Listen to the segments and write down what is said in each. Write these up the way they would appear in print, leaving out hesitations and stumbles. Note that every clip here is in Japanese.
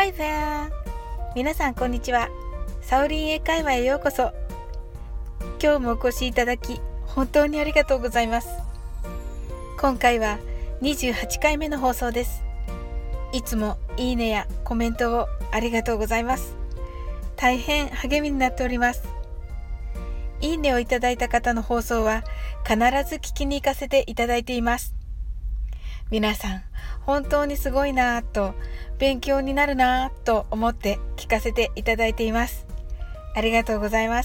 Hi there! 皆さんこんにちは。サオリン英会話へようこそ。今日もお越しいただき本当にありがとうございます。今回は28回目の放送です。いつもいいねやコメントをありがとうございます。大変励みになっております。いいねをいただいた方の放送は必ず聞きに行かせていただいています。皆さん本当にすごいなぁと勉強になるなぁと思って聞かせていただいています。ありがとうございます。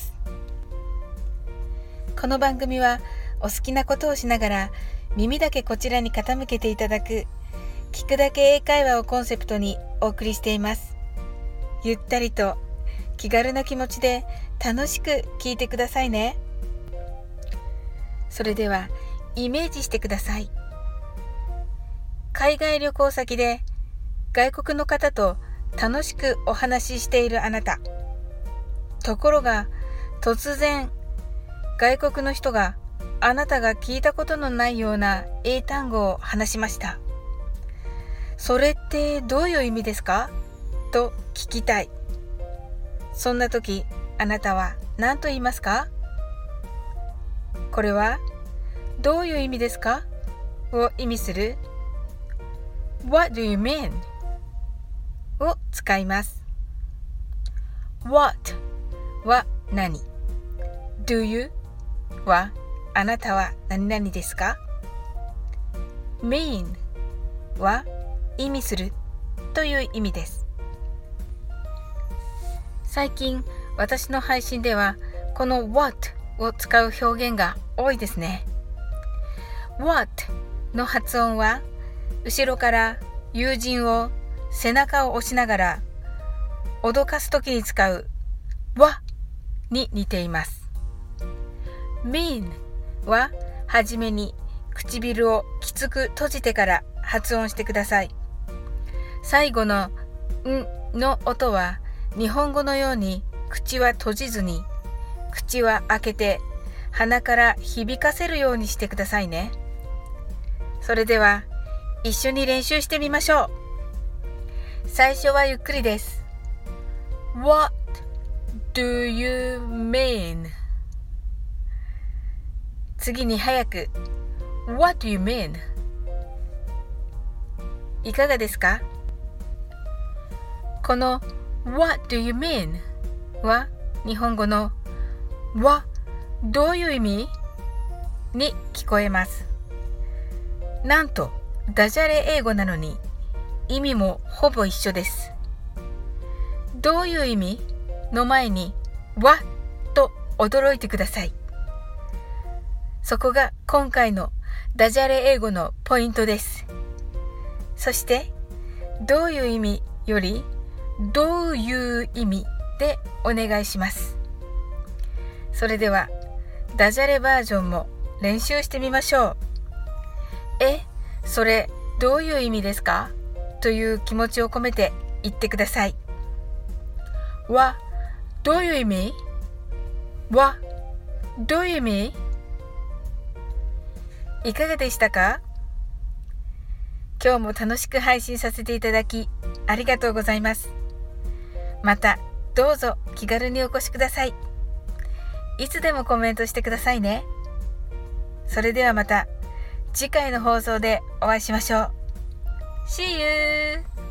この番組はお好きなことをしながら耳だけこちらに傾けていただく聞くだけ英会話をコンセプトにお送りしています。ゆったりと気軽な気持ちで楽しく聞いてくださいね。それではイメージしてください。海外旅行先で外国の方と楽しくお話ししているあなた。ところが突然外国の人があなたが聞いたことのないような英単語を話しました。それってどういう意味ですか？と聞きたい。そんな時あなたは何と言いますか？これはどういう意味ですか？を意味するWhat do you mean? を使います。What は何？ Do you はあなたは何々ですか？ Mean は意味するという意味です。最近私の配信ではこの What を使う表現が多いですね。What の発音は後ろから友人を背中を押しながら脅かすときに使うわに似ています。mean ははじめに唇をきつく閉じてから発音してください。最後のんの音は日本語のように口は閉じずに口は開けて鼻から響かせるようにしてくださいね。それでは一緒に練習してみましょう。最初はゆっくりです。What do you mean? 次に早く What do you mean? いかがですか？この What do you mean? は日本語のわどういう意味？に聞こえます。なんとダジャレ英語なのに意味もほぼ一緒です。どういう意味の前にわと驚いてください。そこが今回のダジャレ英語のポイントです。そしてどういう意味よりどういう意味でお願いします。それではダジャレバージョンも練習してみましょう。それどういう意味ですか？という気持ちを込めて言ってください。わ、どういう意味？わ、どういう意味？いかがでしたか？今日も楽しく配信させていただきありがとうございます。またどうぞ気軽にお越しください。いつでもコメントしてくださいね。それではまた次回の放送でお会いしましょう。See you!